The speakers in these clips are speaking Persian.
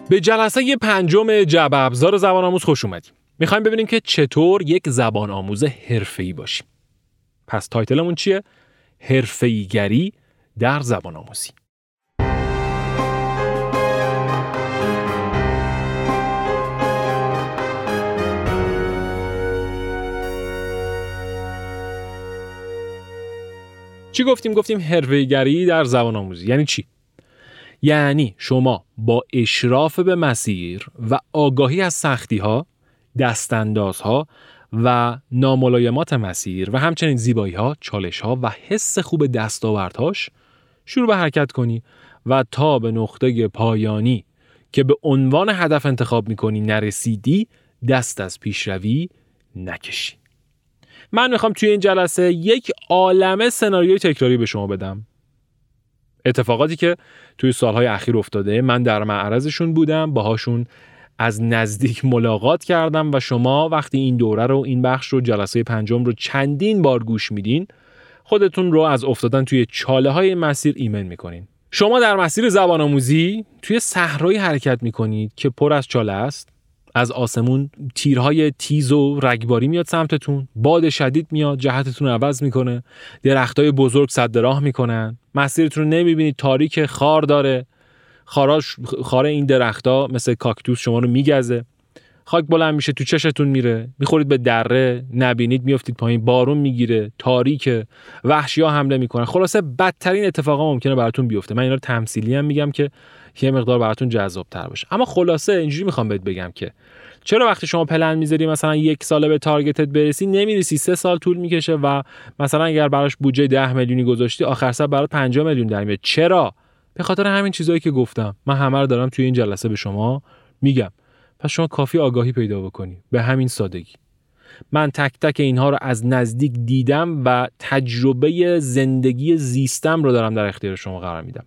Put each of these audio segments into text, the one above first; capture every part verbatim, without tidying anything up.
به جلسه پنجم جعبه ابزار زبان آموز خوش اومدیم. میخوایم ببینیم که چطور یک زبان آموز حرفه‌ای باشیم. پس تایتلمون چیه؟ حرفه‌ایگری در زبان آموزی. چی گفتیم؟ گفتیم حرفه‌ایگری در زبان آموزی. یعنی چی؟ یعنی شما با اشراف به مسیر و آگاهی از سختی‌ها، دستاندازها و ناملایمات مسیر و همچنین زیبایی‌ها، چالش‌ها و حس خوب دستاوردهاش شروع به حرکت کنی و تا به نقطه پایانی که به عنوان هدف انتخاب می‌کنی نرسیدی، دست از پیشروی نکشی. من میخوام توی این جلسه یک عالمه سناریوی تکراری به شما بدم. اتفاقاتی که توی سالهای اخیر افتاده، من در معرضشون بودم، باهاشون از نزدیک ملاقات کردم و شما وقتی این دوره رو، این بخش رو، جلسه پنجم رو چندین بار گوش میدین، خودتون رو از افتادن توی چاله های مسیر ایمن میکنین. شما در مسیر زبان آموزی توی صحرایی حرکت میکنید که پر از چاله است. از آسمون تیرهای تیز و رگباری میاد سمتتون، باد شدید میاد جهتتون رو عوض میکنه، درختای بزرگ سد راه میکنن، مسیرتون رو نمیبینید، تاریک، خار داره، خاراش خار این درختا مثل کاکتوس شما رو میگزه، خاک بلند میشه تو چشتون میره، میخورید به دره، نبینید میافتید پایین، بارون میگیره، تاریکه، وحشی‌ها حمله میکنن. خلاصه بدترین اتفاقا ممکنه براتون بیفته. من اینا رو تمثیلی هم میگم که یه مقدار براتون جذاب‌تر باشه. اما خلاصه اینجوری میخوام بهت بگم که چرا وقتی شما پلن میذاری مثلا یک ساله به تارگتت برسی نمیرسی، سه سال طول میکشه و مثلا اگر براش بودجه ده میلیونی گذاشتی آخر سر برات پنجاه میلیون در میاد. چرا؟ به خاطر همین چیزایی که گفتم. من همه رو دارم توی این جلسه به شما میگم. پس شما کافی آگاهی پیدا بکنی، به همین سادگی. من تک تک اینها رو از نزدیک دیدم و تجربه زندگی زیستم رو دارم در اختیار شما قرار میدم.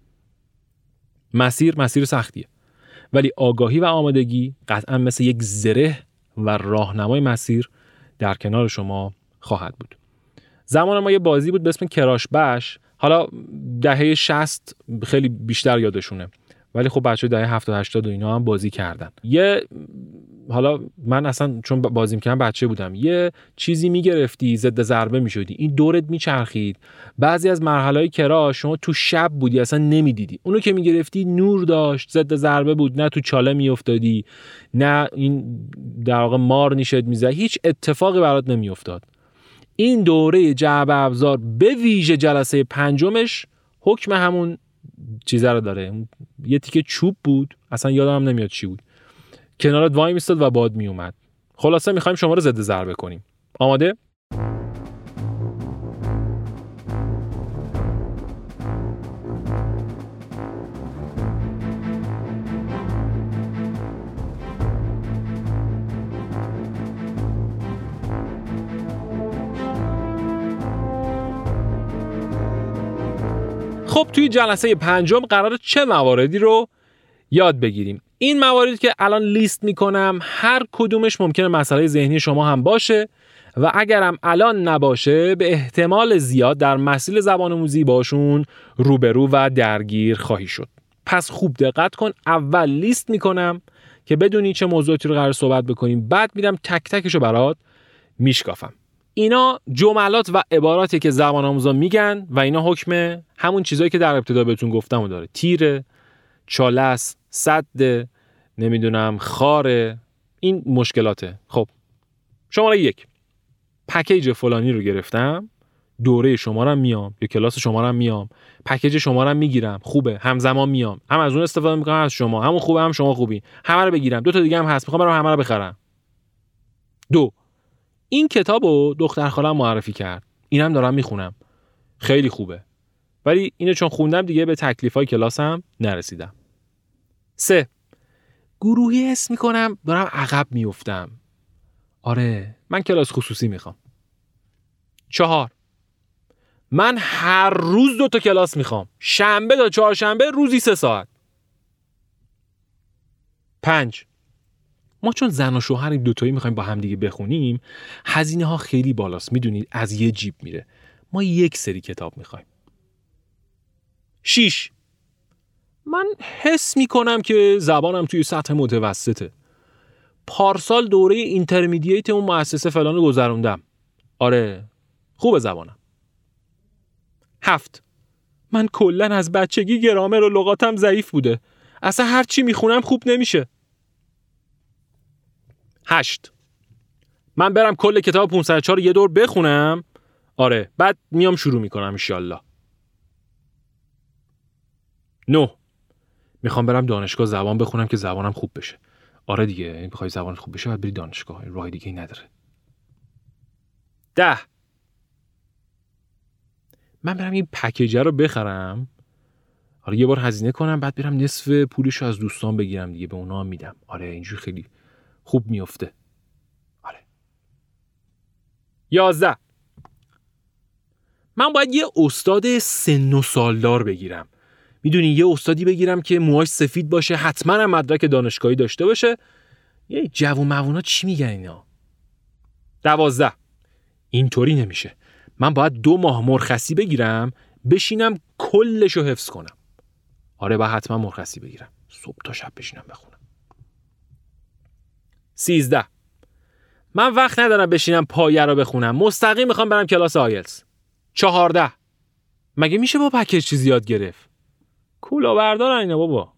مسیر مسیر سختیه، ولی آگاهی و آمادگی قطعا مثل یک زره و راهنمای مسیر در کنار شما خواهد بود. زمان ما یه بازی بود به اسم کراش بش، حالا دهه شصت خیلی بیشتر یادشونه، ولی خب بچه دهه هفتاد هشتاد و اینا هم بازی کردن. یه حالا من اصلا چون بازی می‌کردم بچه بودم، یه چیزی میگرفتی ضد ضربه میشدی، این دورت میچرخید. بعضی از مرحله‌های کراش شما تو شب بودی اصلا نمیدیدی، اونو که میگرفتی نور داشت، ضد ضربه بود، نه تو چاله میافتادی، نه این در واقع مار نیشت میزد، هیچ اتفاقی برات نمیافتاد. این دوره جعبه ابزار به ویژه جلسه پنجمش حکم همون چیزا رو داره. یه تیکه چوب بود، اصلا یادم نمیاد چی بود، کنارت وای میستاد و باد میومد. خلاصه میخوایم شما رو ضد ضربه کنیم. آماده؟ خب توی جلسه پنجم قراره چه مواردی رو یاد بگیریم؟ این مواردی که الان لیست میکنم هر کدومش ممکنه مسئله ذهنی شما هم باشه و اگرم الان نباشه به احتمال زیاد در مسیر زبان آموزی باشون روبرو و درگیر خواهی شد. پس خوب دقت کن. اول لیست میکنم که بدونی چه موضوعاتی رو قرار صحبت بکنیم، بعد میرم تک تکشو برات میشکافم. اینا جملات و عباراتی که زبان آموزا میگن و اینا حکم همون چیزایی که در ابتدا بهتون گفتم داره. تیر، چالس، سد، نمیدونم خاره، این مشکلاته. خب شماره یک، پکیج فلانی رو گرفتم، دوره شما رو میام یا کلاس شما رو میام، پکیج شما رو میگیرم، خوبه، همزمان میام، هم از اون استفاده میکنم از شما، همون خوبه هم شما خوبی، همه رو بگیرم، دو تا دیگه هم هست میخوام برام همه رو بخرم. دو، این کتابو دختر خالم معرفی کرد، اینم دارم میخونم، خیلی خوبه، ولی اینو چون خوندم دیگه به تکلیفای کلاسم نرسیدم. سه، گروهی حس میکنم دارم عقب میافتم، آره من کلاس خصوصی میخوام. چهار، من هر روز دو تا کلاس میخوام، شنبه تا چهارشنبه روزی سه ساعت. پنج، ما چون زن و شوهر دوتایی میخوایم با هم دیگه بخونیم، هزینه ها خیلی بالاست، میدونید از یه جیب میره، ما یک سری کتاب میخوایم. شش، من حس میکنم که زبانم توی سطح متوسطه. پارسال دوره اینترمدییت اون مؤسسه فلان رو گذروندم. آره خوب زبانم. هفت. من کلن از بچگی گرامر و لغاتم ضعیف بوده. اصلا هر چی میخونم خوب نمیشه. هشت. من برم کل کتاب پانصد و چهار یه دور بخونم. آره بعد میام شروع میکنم انشالله. نه. میخوام برم دانشگاه زبان بخونم که زبانم خوب بشه. آره دیگه بخوای زبان خوب بشه باید بری دانشگاه. راه دیگه ای نداره. ده. من برم این پکیج رو بخرم. آره یه بار هزینه کنم بعد برم نصف پولشو از دوستان بگیرم دیگه به اونا هم میدم. آره اینجوری خیلی خوب میفته. آره. یازده. من باید یه استاد سن و سالدار بگیرم. میدونی یه استادی بگیرم که موهاش سفید باشه، حتما هم مدرک دانشگاهی داشته باشه. یه جوون موونا چی میگن اینا؟ دوازده. اینطوری نمیشه. من باید دو ماه مرخصی بگیرم بشینم کلشو حفظ کنم. آره باید حتما مرخصی بگیرم صبح تا شب بشینم بخونم. سیزده. من وقت ندارم بشینم پایه رو بخونم، مستقیم میخوام برم کلاس آیلتس. چهارده. مگه میشه با پکیج چیزی یاد گرفت؟ کولا بردارن اینا بابا.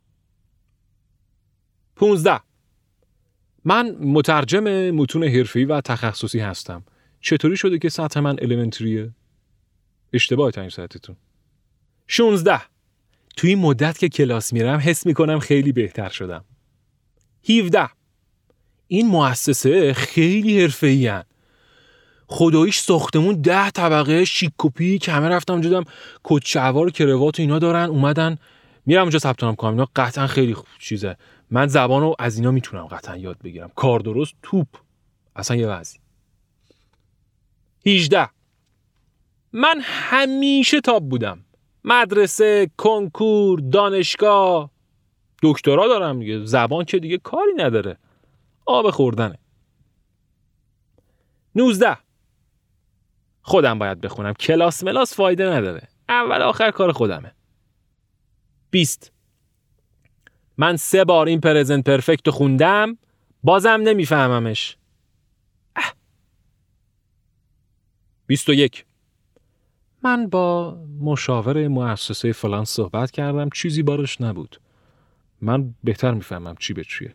پونزده. من مترجم متون حرفه‌ای و تخصصی هستم. چطوری شده که سطح من الیمنتریه؟ اشتباهه تا این سطحتون. شانزده. توی این مدت که کلاس میرم حس میکنم خیلی بهتر شدم. هفده. این مؤسسه خیلی حرفه‌ای ان. خداییش ساختمون ده طبقه شیک و پیک، همه رفتم دیدم کت شلوار کروات و اینا دارن، اومدن میرم اونجا ثبت نام کنم. اینا قطعا خیلی خوب چیزه. من زبانو از اینا میتونم قطعا یاد بگیرم. کار درست توپ. اصلا یه وضعی. هجده. من همیشه تاب بودم. مدرسه، کنکور، دانشگاه، دکترا دارم دیگه. زبان که دیگه کاری نداره. آب خوردنه. نوزده. خودم باید بخونم. کلاس ملاس فایده نداره. اول آخر کار خودمه. بیست. من سه بار این پرزنت پرفکت خوندم بازم نمیفهممش. اه. بیست و یک. من با مشاور مؤسسه فلان صحبت کردم چیزی بارش نبود. من بهتر میفهمم چی به چیه.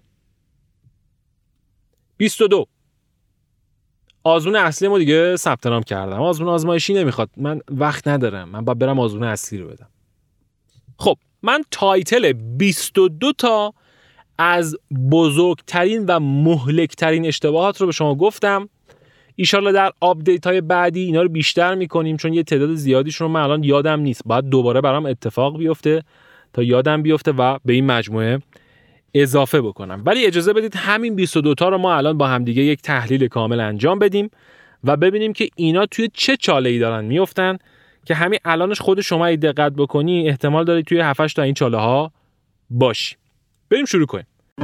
بیست و دو. آزمون اصلی ما دیگه ثبت نام کردم. آزمون آزمایشی نمیخواد. من وقت ندارم. من باید برم آزمون اصلی رو بدم. خب من تایتل بیست و دو تا از بزرگترین و مهلکترین اشتباهات رو به شما گفتم. ایشالله در آپدیت های بعدی اینا رو بیشتر میکنیم چون یه تعداد زیادیشون رو من الان یادم نیست. باید دوباره برام اتفاق بیفته تا یادم بیفته و به این مجموعه اضافه بکنم. ولی اجازه بدید همین بیست و دو تا رو ما الان با هم دیگه یک تحلیل کامل انجام بدیم و ببینیم که اینا توی چه چاله‌ای دارن میافتن که همین الانش خود شما اگه دقت بکنی احتمال داره توی هفت هشت تا این چاله ها باشی. بریم شروع کنیم.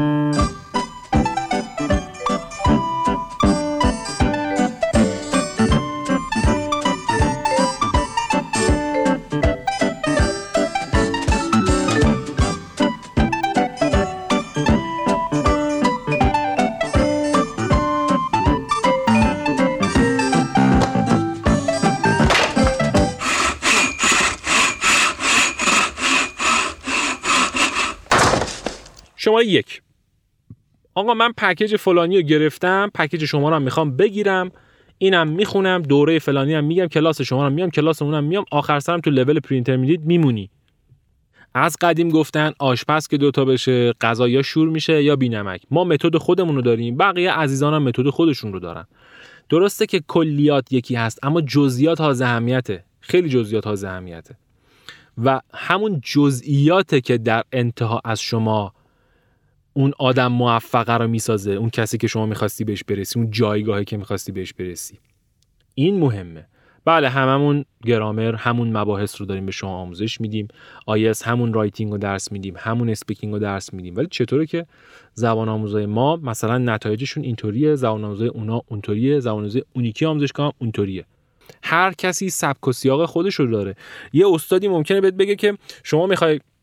شماره یک. آقا من پکیج فلانی رو گرفتم، پکیج شما رو هم میخوام بگیرم، اینم میخونم، دوره فلانی هم میگم، کلاس شما رو میام، کلاس اونم میام، آخر سرم تو لول پری اینترمدییت میمونی. از قدیم گفتن آشپز که دوتا بشه غذا یا شور میشه یا بی‌نمک. ما متد خودمون رو داریم، بقیه عزیزانم متد خودشون رو دارن. درسته که کلیات یکی هست اما جزئیات ها اهمیته، خیلی جزئیات ها اهمیته و همون جزئیاته که در انتها از شما اون آدم موفقه رو میسازه، اون کسی که شما میخواستی بهش برسی، اون جایگاهی که میخواستی بهش برسی. این مهمه. بله هممون گرامر همون مباحث رو داریم به شما آموزش میدیم، آیلتس همون رایتینگ رو درس میدیم، همون اسپیکینگ رو درس میدیم، ولی چطوره که زبان آموزای ما مثلا نتایجشون اینطوریه، زبان آموزای اونا اونطوریه، زبان آموزای اونیکی آموزشگاه هم اونطوریه. هر کسی سبک و سیاق خودش رو داره. یه استادی ممکنه بهت بگه که شما میخوای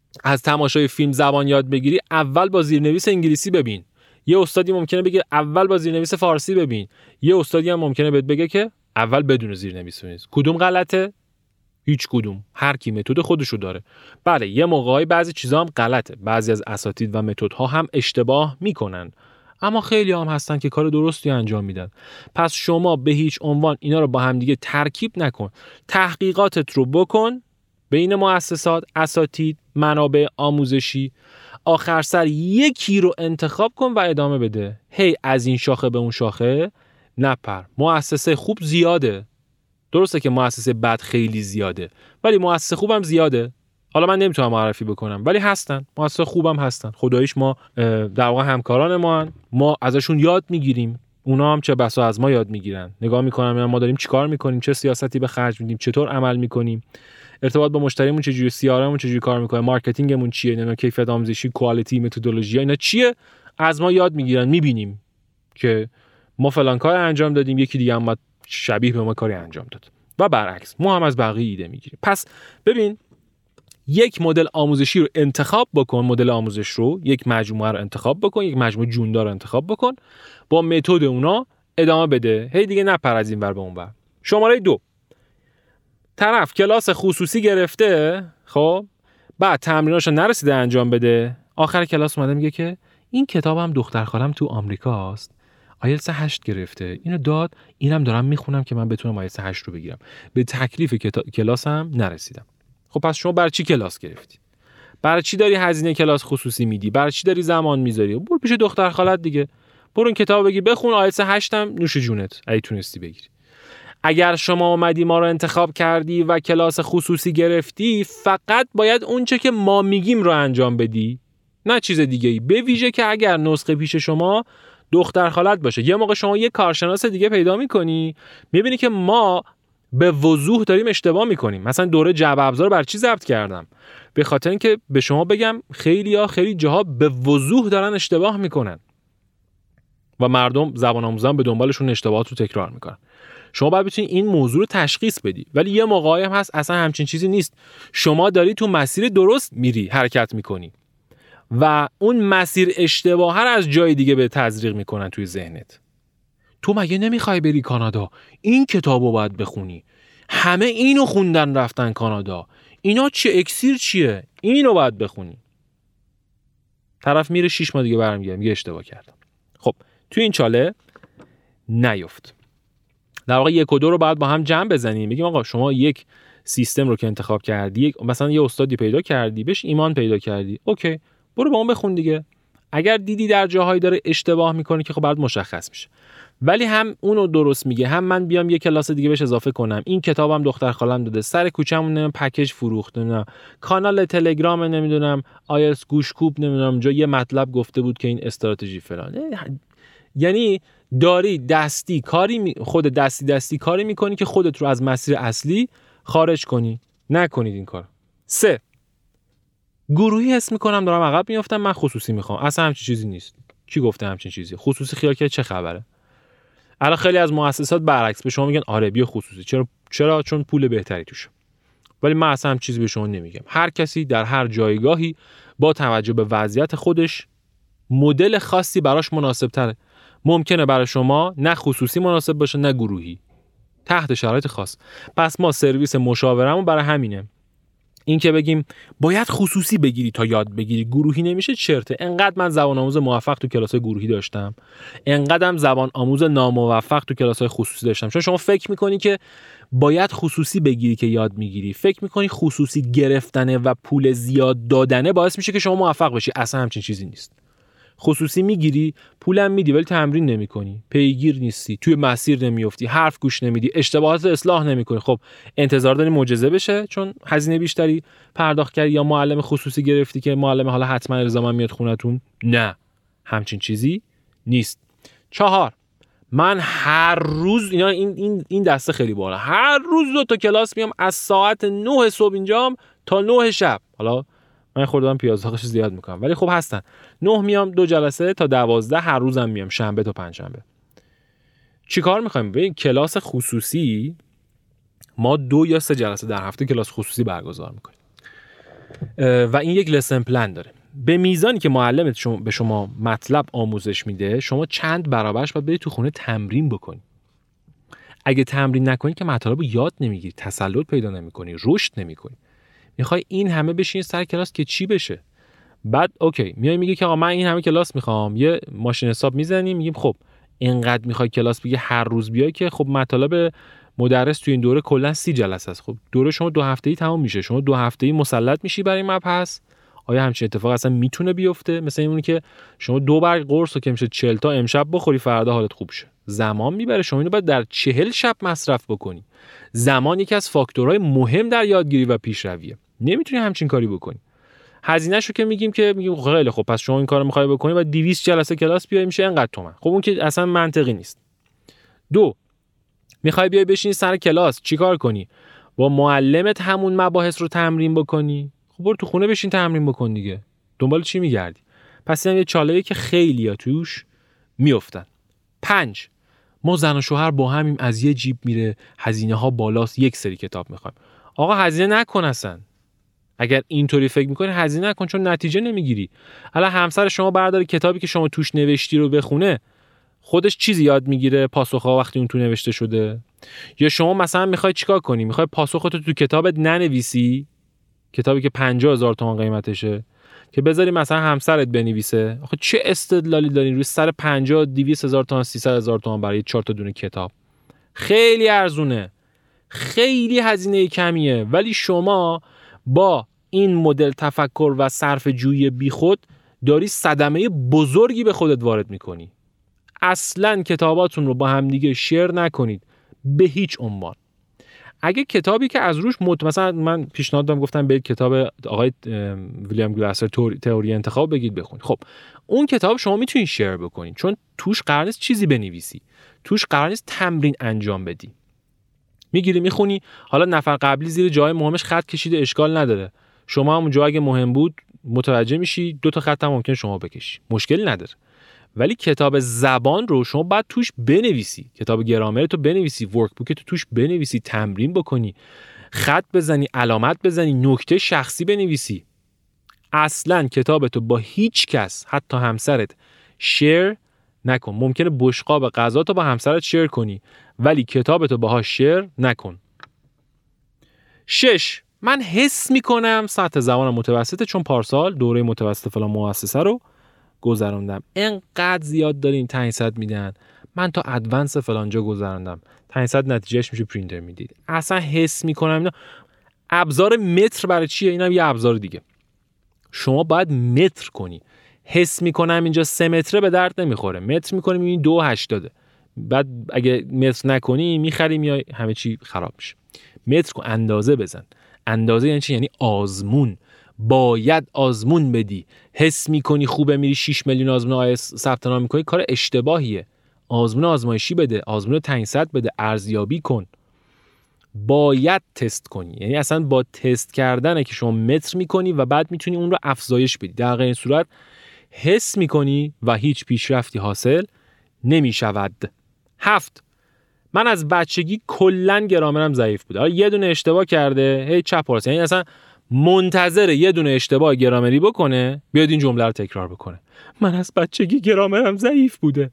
از تماشای فیلم زبان یاد بگیری، اول با زیرنویس انگلیسی ببین. یه استادی ممکنه بگه اول با زیرنویس فارسی ببین. یه استادی هم ممکنه بهت بگه که اول بدون زیرنویس ببین. کدوم غلطه؟ هیچ کدوم. هر کی متد خودشو داره. بله یه موقعی بعضی چیزا هم غلطه. بعضی از اساتید و متدها هم اشتباه میکنن. اما خیلی هم هستن که کار درستی انجام میدن. پس شما به هیچ عنوان اینا رو با هم دیگه ترکیب نکن. تحقیقاتت رو بکن بین مؤسسات، اساتید، منابع آموزشی. آخر سر یکی رو انتخاب کن و ادامه بده. هی از این شاخه به اون شاخه نپر. مؤسسه خوب زیاده. درسته که مؤسسه بد خیلی زیاده، ولی مؤسسه خوبم زیاده. حالا من نمیتونم معرفی بکنم ولی هستن. مؤسسه خوبم هستن. خداییش ما در واقع همکاران ما هن. ما ازشون یاد میگیریم. اونا هم چه بسا از ما یاد میگیرن. نگاه میکنم ما داریم چیکار میکنیم، چه سیاستی به خرج میدیم، چطور عمل میکنیم، ارتباط با مشتریمون چجوری، سی آر اممون چجوری کار میکنه، مارکتینگمون چیه، نمیدونم کیفیت آموزشی، کوالیتی، متدولوژی اینا چیه، از ما یاد میگیرن. میبینیم که ما فلان کار انجام دادیم، یکی دیگه هم شبیه به ما کاری انجام داد و برعکس. ما هم از بقیه ایده میگیریم. پس ببین یک مدل آموزشی رو انتخاب بکن، مدل آموزش رو، یک مجموعه رو انتخاب بکن، یک مجموعه جوندار رو انتخاب بکن، با متد اونا ادامه بده. هی دیگه نپر از این ور به اون ور. شماره دو، طرف کلاس خصوصی گرفته، خب بعد تمریناشو نرسیده انجام بده، آخر کلاس اومده میگه که این کتابم دختر خالم تو آمریکاست، آیلتس هشت گرفته، اینو داد، اینم دارم میخونم که من بتونم آیلتس هشت رو بگیرم، به تکلیف کتا... کلاسم نرسیدم. خب پس شما برای چی کلاس گرفتی؟ برای چی داری هزینه کلاس خصوصی میدی؟ برای چی داری زمان میذاری؟ برو پیش دختر خالت دیگه، برو این کتابو بگی بخون، آیلتس هشت هم نوش جونت اگه تونستی بگیری. اگر شما اومدی ما رو انتخاب کردی و کلاس خصوصی گرفتی، فقط باید اونچه که ما میگیم رو انجام بدی، نه چیز دیگه ای. به ویژه که اگر نسخه پیش شما دختر خالت باشه، یه موقع شما یه کارشناس دیگه پیدا میکنی، میبینی که ما به وضوح داریم اشتباه میکنیم. مثلا دوره جعبه ابزار بر چی ضبط کردم؟ به خاطر اینکه به شما بگم خیلی ها خیلی جاها به وضوح دارن اشتباه میکنن و مردم زبان آموزان به دنبالشون اشتباهات رو تکرار میکنن. شما باید بتونی این موضوع رو تشخیص بدی. ولی یه موقعی هم هست اصلا همچین چیزی نیست. شما داری تو مسیر درست میری، حرکت میکنی و اون مسیر اشتباه رو از جای دیگه به تزریق میکنن توی ذهنت. تو مگه نمیخوای بری کانادا؟ این کتابو باید بخونی. همه اینو خوندن رفتن کانادا. اینا چه اکسیر چیه؟ اینو باید بخونی. طرف میره شش ماه دیگه برمیگره میگه اشتباه کردم. خب تو این چاله نیفت. در واقع یک و دو رو باید با هم جمع بزنیم. بگیم آقا شما یک سیستم رو که انتخاب کردی، مثلا یه استادی پیدا کردی، بهش ایمان پیدا کردی، اوکی برو با اون بخون دیگه. اگر دیدی در جاهایی داره اشتباه میکنه که خب بعد مشخص میشه. ولی هم اونو درست میگه، هم من بیام یه کلاس دیگه بهش اضافه کنم. این کتابم دختر خالم داده، سر کوچه‌مون نمیدونم پکیج فروخت، نمیدونم کانال تلگرام، نمیدونم آیلتس گوشکوب، نمیدونم جا یه مطلب گفته بود که این استراتژی فلان. یعنی داری دستی کاری می... خود دستی دستی کاری میکنی که خودت رو از مسیر اصلی خارج کنی. نکنید این کار. سه، گروهی حس میکنم دارم عقب میافتم، من خصوصی میخوام. اصلا همچین چیزی نیست. کی گفته همچین چیزی؟ خصوصی خیال که چه خبره؟ الان خیلی از مؤسسات برعکس به شما میگن آره بیا خصوصی. چرا؟ چرا؟ چون پول بهتری توشه. ولی من اصلا هم چیزی به شما نمیگم. هر کسی در هر جایگاهی با توجه به وضعیت خودش مدل خاصی براش مناسب تره. ممکنه برای شما نه خصوصی مناسب باشه نه گروهی، تحت شرایط خاص. پس ما سرویس مشاورمون برای همینه. این که بگیم باید خصوصی بگیری تا یاد بگیری، گروهی نمیشه، چرته. انقدر من زبان آموز موفق تو کلاس‌های گروهی داشتم، انقدرم زبان آموز ناموفق تو کلاس‌های خصوصی داشتم. چون شما فکر میکنی که باید خصوصی بگیری که یاد میگیری، فکر میکنی خصوصی گرفتنه و پول زیاد دادنه باعث میشه که شما موفق بشی. اصلا همچین چیزی نیست. خصوصی میگیری، پولم میدی ولی تمرین نمیکنی، پیگیر نیستی، توی مسیر نمیافتی، حرف گوش نمیدی، اشتباهات اصلاح نمیکنی. خب انتظار داری معجزه بشه چون هزینه بیشتری پرداخت کردی یا معلم خصوصی گرفتی که معلم حالا حتما الزاما میاد خونتون؟ نه، همچین چیزی نیست. چهار، من هر روز اینا این این این دسته خیلی بالا، هر روز دو تا کلاس میام، از ساعت نه صبح اینجام تا نه شب. حالا من خوردم پیازداغش زیاد میکنم ولی خب هستن. نه میام دو جلسه تا دوازده، هر روزم میام شنبه تا پنجشنبه. چی کار میخوایم؟ ببین کلاس خصوصی ما دو یا سه جلسه در هفته کلاس خصوصی برگزار میکنیم. و این یک لسن پلن داره. به میزانی که معلمت شما به شما مطلب آموزش میده، شما چند برابرش باید برید تو خونه تمرین بکنی. اگه تمرین نکنی که مطالب رو یاد نمیگیری، تسلط پیدا نمیکنی، رشد نمیکنی. میخوای این همه بشین سر کلاس که چی بشه؟ بعد اوکی میای میگی که آقا من این همه کلاس میخوام، یه ماشین حساب میزنیم میگیم خب اینقدر میخوای کلاس بگی هر روز بیای که خب مطالب مدرس تو این دوره کلا سی جلسه است. خب دوره شما دو هفته‌ای تمام میشه، شما دو هفته‌ای مسلط میشی برای مبحث. آیا همچین اتفاق اصلا میتونه بیفته؟ مثلا اینونه که شما دو برگ قرص رو که میشه چهل تا امشب بخوری فردا حالت خوب شه. زمان میبره. شما اینو باید در چهل شب مصرف بکنی. زمان یکی از فاکتورهای مهم در یادگیری و پیشرویه. نمیتونی همچین کاری بکنی. هزینه‌شو که میگیم که میگیم خیلی خب پس شما این کارو میخوای بکنی و دویست جلسه کلاس بیای میشه اینقدر تومن. خب اون که اصلا منطقی نیست. دو، میخوای بیای بشینی سر کلاس چیکار کنی؟ با معلمت همون مباحث رو تمرین بکنی؟ خب برو تو خونه بشین تمرین بکن دیگه. دنبال چی میگردی؟ پس این یه چاله‌ای که خیلی‌ها توش میافتن. پنج، ما زن و شوهر با همیم، از یه جیب میره، هزینه ها بالاست، یک سری کتاب میخوایم. آقا هزینه نکن اصلا. اگر اینطوری فکر میکنی هزینه نکن، چون نتیجه نمیگیری. حالا همسر شما برداره کتابی که شما توش نوشتی رو بخونه، خودش چیزی یاد میگیره پاسخها وقتی اون تو نوشته شده؟ یا شما مثلا میخوای چیکار کنی؟ میخوای پاسختو تو کتابت ننویسی، کتابی که پنجاه هزار تومان قیمتشه، که بذاری مثلا همسرت بنویسه؟ آخه چه استدلالی دارین روی سر پنجاه دویست هزار تومان سیصد هزار تومان برای چهار تا دونه کتاب؟ خیلی ارزونه، خیلی هزینه کمیه، ولی شما با این مدل تفکر و صرف جویی بیخود داری صدمه بزرگی به خودت وارد میکنی. اصلاً کتاباتون رو با هم دیگه شیر نکنید به هیچ عنوان. اگه کتابی که از روش مت... مثلا من پیشنهاد دادم گفتم برید کتاب آقای ویلیام گلاسر تئوری انتخاب بگید بخونید. خب اون کتاب شما میتونید شیر بکنید، چون توش قرار نیست چیزی بنویسی، توش قرار نیست تمرین انجام بدی. میگیری میخونی، حالا نفر قبلی زیر جای مهمش خط کشیده، اشکال نداره، شما همون جا اگه مهم بود متوجه میشی، دو تا خط هم ممکن شما بکشی، مشکلی نداره. ولی کتاب زبان رو شما باید توش بنویسی، کتاب گرامر تو بنویسی، ورک بوک تو توش بنویسی، تمرین بکنی، خط بزنی، علامت بزنی، نکته شخصی بنویسی. اصلاً کتابتو با هیچ کس، حتی همسرت، شیر نکن. ممکنه بشقاب غذاتو با همسرت شیر کنی، ولی کتابتو باهاش شیر نکن. شش، من حس میکنم سطح زبانم متوسطه، چون پارسال دوره متوسط فلان مؤسسه رو گذروندم. انقدر زیاد دارین تعیین صد میدن، من تا ادوانس فلانجا گذروندم، تعیین صد نتیجهش میشه پرینتر میدید. اصلا حس میکنم اینا. ابزار متر برای چیه؟ اینم یه ابزار دیگه. شما باید متر کنی. حس میکنم اینجا سه متره به درد نمیخوره، متر میکنیم این دو هشتاده. بعد اگه متر نکنی میخری میای همه چی خراب میشه. متر کن، اندازه بزن. اندازه یعنی چی؟ یعنی آزمون. باید آزمون بدی. حس میکنی خوبه میری شش میلیون آزمون آیس ثبت نام میکنی، کار اشتباهیه. آزمون آزمایشی بده، آزمون تعیین صد بده، ارزیابی کن. باید تست کنی، یعنی اصلا با تست کردنه که شما متر میکنی و بعد میتونی اون رو افزایش بدی. در غیر این صورت حس میکنی و هیچ پیشرفتی حاصل نمیشود. هفت، من از بچگی کلن گرامرم ضعیف بوده. یه دونه اشتباه کرده هی چپ راست، یعنی اصلا منتظر یه دونه اشتباه گرامری بکنه بیاد این جمله رو تکرار بکنه. من از بچگی گرامرم ضعیف بوده.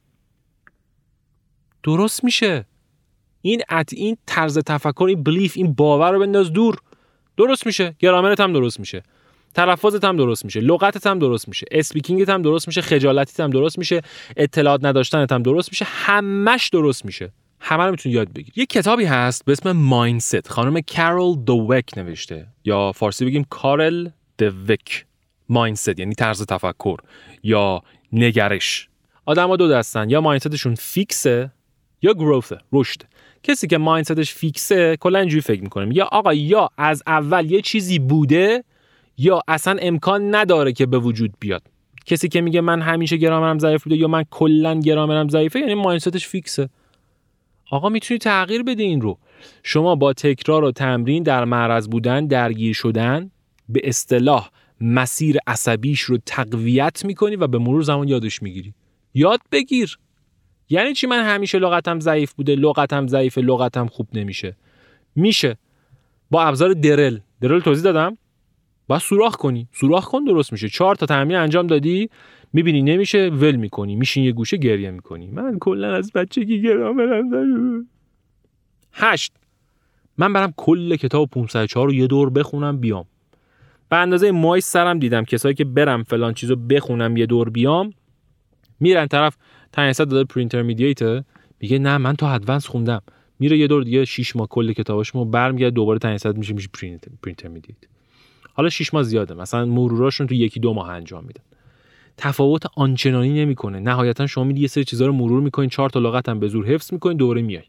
درست میشه. این ات این طرز تفکر، این بلیف، این باور رو بنداز دور. درست میشه. گرامرت هم درست میشه، تلفظت هم درست میشه، لغتت هم درست میشه، اسپیکینگت هم درست میشه، خجالتیت هم درست میشه، اطلاعات نداشتنت هم درست میشه، همش درست میشه. همه رو میتونی یاد بگیری. یک کتابی هست به اسم مایندست، خانم کارل دووک نوشته، یا فارسی بگیم کارل دووک. مایندست یعنی طرز تفکر یا نگرش. آدم‌ها دو دستن، یا مایندستشون فیکسه یا گروثه، رشد. کسی که مایندستش فیکسه کلا اینجوری فکر میکنه، یا آقا یا از اول یه چیزی بوده یا اصلا امکان نداره که به وجود بیاد. کسی که میگه من همیشه گرامرم ضعیف بوده یا من کلا گرامرم ضعیفه، یعنی مایندستش فیکسه. آقا میتونی تغییر بدی این رو. شما با تکرار و تمرین در معرض بودن، درگیر شدن، به اصطلاح مسیر عصبیش رو تقویت میکنی و به مرور زمان یادش میگیری. یاد بگیر. یعنی چی من همیشه لغتم ضعیف بوده، لغتم ضعیفه، لغتم خوب نمیشه؟ میشه با ابزار درل. درل توضیح دادم؟ باید سوراخ کنی، سوراخ کن درست میشه. چهار تا تمرین انجام دادی، میبینی نمیشه، ول میکنی، میشین یه گوشه گریه میکنی. من کلا از بچگی گرامرم داره. هشت، من برم کل کتاب پانصد و چهار رو یه دور بخونم بیام. به اندازه مای سرم دیدم کسایی که برم فلان چیزو بخونم یه دور بیام، میرن طرف پانصد داده پرینترمدییت، میگه نه من تا ادوانس خوندم، میره یه دور دیگه شش ماه کل کتاباشو برمیگرده دوباره پانصد میشه میشه پرینترمدییت. حالا شش ماه زیاده، مثلا مروراشون تو یکی دو ماه انجام میدن. تفاوت آنچنانی نمیکنه. نهایتا شما میری یه سری چیزا رو مرور میکنین، چهار تا لغت هم به زور حفظ میکنین، دوره میای.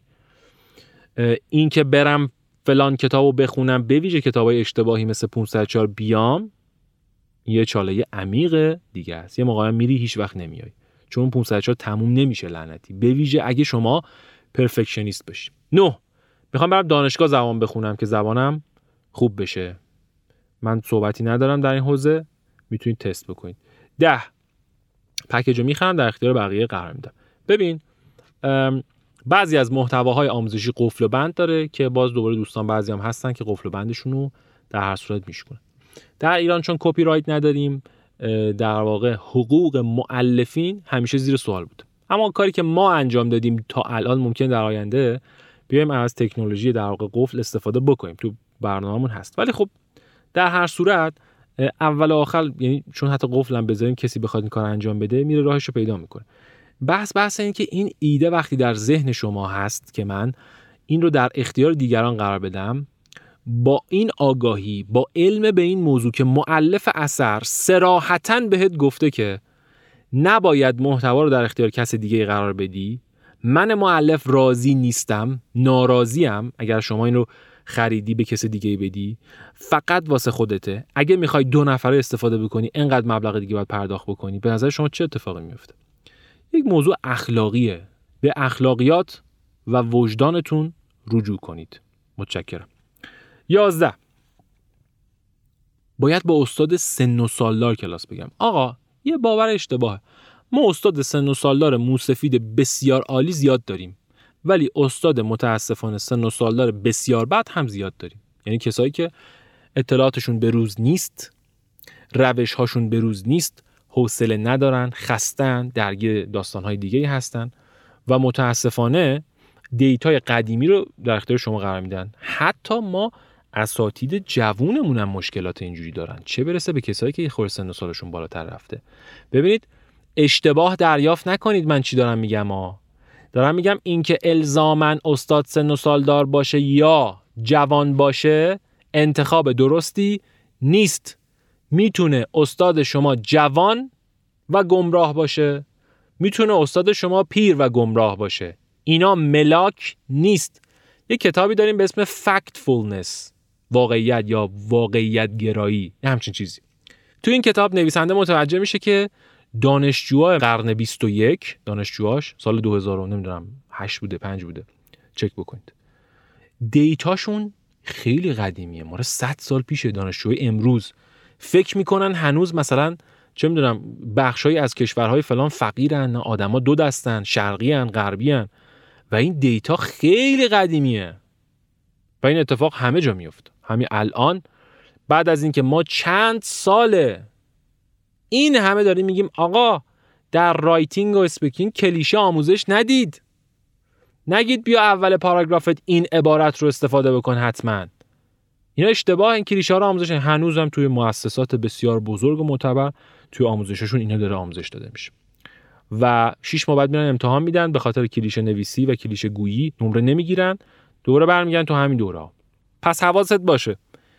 این که برم فلان کتابو بخونم، به ویژه کتابای اشتباهی مثل پانصد و چهار بیام، یه چاله عمیق دیگه است. یه موقع میری هیچ وقت نمیای، چون پانصد و چهار تموم نمیشه لعنتی، به ویژه اگه شما پرفکشنیست باشی. نه، میخوام برم دانشگاه زبان بخونم که زبانم خوب بشه. من صحبتی ندارم در این حوزه، میتونید تست بکنید. ده، پکیجو میخرم در اختیار بقیه قرار میدم. ببین بعضی از محتواهای آموزشی قفل و بند داره که باز دوباره دوستان بعضی هم هستن که قفل و بندشون رو در هر صورت میشکنن. در ایران چون کپی رایت نداریم، در واقع حقوق مؤلفین همیشه زیر سوال بود. اما کاری که ما انجام دادیم تا الان ممکن در آینده بیایم از تکنولوژی در واقع قفل استفاده بکنیم، تو برنامه‌مون هست. ولی خب در هر صورت اول و آخر، یعنی چون حتی قفل هم بذاریم کسی بخواد این کار انجام بده میره راهشو پیدا میکنه. بحث بحث این که این ایده وقتی در ذهن شما هست که من این رو در اختیار دیگران قرار بدم، با این آگاهی، با علم به این موضوع که مؤلف اثر صراحتاً بهت گفته که نباید محتوا رو در اختیار کس دیگه قرار بدی، من مؤلف راضی نیستم، ناراضیم اگر شما این رو خریدی به کس دیگه بدی، فقط واسه خودته. اگه میخوای دو نفره استفاده بکنی اینقدر مبلغ دیگه باید پرداخت بکنی. به نظر شما چه اتفاقی میفته؟ یک موضوع اخلاقیه. به اخلاقیات و وجدانتون رجوع کنید. متشکرم. یازده، باید با استاد سن و سالدار کلاس بگم. آقا یه باور اشتباهه. ما استاد سن و سالدار موسفید بسیار عالی زیاد داریم، ولی استاد متاسفانه سن و سالدار بسیار بد هم زیاد داریم. یعنی کسایی که اطلاعاتشون به روز نیست، روش هاشون به روز نیست، حوصله ندارن، خستن، درگیر داستان‌های دیگه‌ای هستن و متاسفانه دیتای قدیمی رو در اختیار شما قرار میدن. حتی ما اساتید جوونمون هم مشکلات اینجوری دارن، چه برسه به کسایی که خورده سن و سالشون بالاتر رفته. ببینید اشتباه دریافت نکنید من چی دارم میگم ها. دارم میگم این که الزاماً استاد سن و سالدار باشه یا جوان باشه انتخاب درستی نیست. میتونه استاد شما جوان و گمراه باشه، میتونه استاد شما پیر و گمراه باشه. اینا ملاک نیست. یه کتابی داریم به اسم Factfulness، واقعیت یا واقعیت گرایی، یه همچین چیزی. تو این کتاب نویسنده متوجه میشه که دانشجوهای قرن بیست و یک، دانشجوهاش سال دو هزار نمیدونم هشت بوده پنج بوده، چک بکنید، دیتاشون خیلی قدیمیه، ماره صد سال پیشه. دانشجوهای امروز فکر میکنن هنوز مثلا چه میدونم بخشایی از کشورهای فلان فقیرن، آدما دو دستن، شرقی ان غربی ان، و این دیتا خیلی قدیمیه و این اتفاق همه جا میفته. همین الان بعد از اینکه ما چند ساله این همه داریم میگیم آقا در رایتینگ و اسپیکینگ کلیشه آموزش ندید، نگید بیا اول پاراگرافت این عبارت رو استفاده بکن حتما. اینا اشتباه. این کلیشه ها رو آموزش هنوز هم توی مؤسسات بسیار بزرگ و معتبر توی آموزششون اینا داره آموزش داده میشه و شش ماه بعد میرن امتحان میدن، به خاطر کلیشه نویسی و کلیشه گویی نمره نمیگیرن، دوره برمیگردن تو همین دوره. پس حواست باشه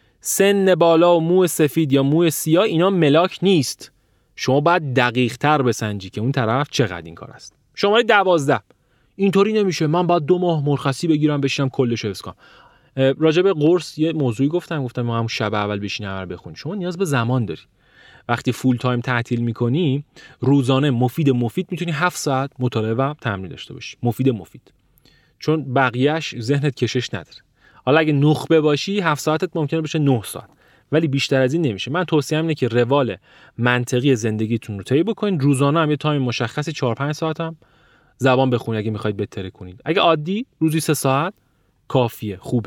سن بالا و مو سفید یا مو سیاه اینا ملاک نیست. شما باید دقیق تر بسنجی که اون طرف چقدر این کار است. شماره دوازده، اینطوری نمیشه من باید دو ماه مرخصی بگیرم بشینم کلش حفظ کنم. راجع به قرص یه موضوعی گفتم گفتم ما هم شب اول بشین اول بخونی. شما نیاز به زمان داری. وقتی فول تایم تعطیل میکنی روزانه مفید مفید میتونی هفت ساعت مطالعه و تمرین داشته باشی. مفید مفید، چون بقیهش ذهنت کشش نداره. حالا اگه نخبه باشی هفت ساعتت ممکنه بشه نه ساعت، ولی بیشتر از این نمیشه. من توصیه‌ام اینه که روال منطقی زندگیتون رو طی بکنید. روزانه هم یه تایم مشخصی چهار پنج ساعت هم زبان بخونید اگه میخواید بهتر کنید. اگه عادی روزی سه ساعت کافیه، خوبه.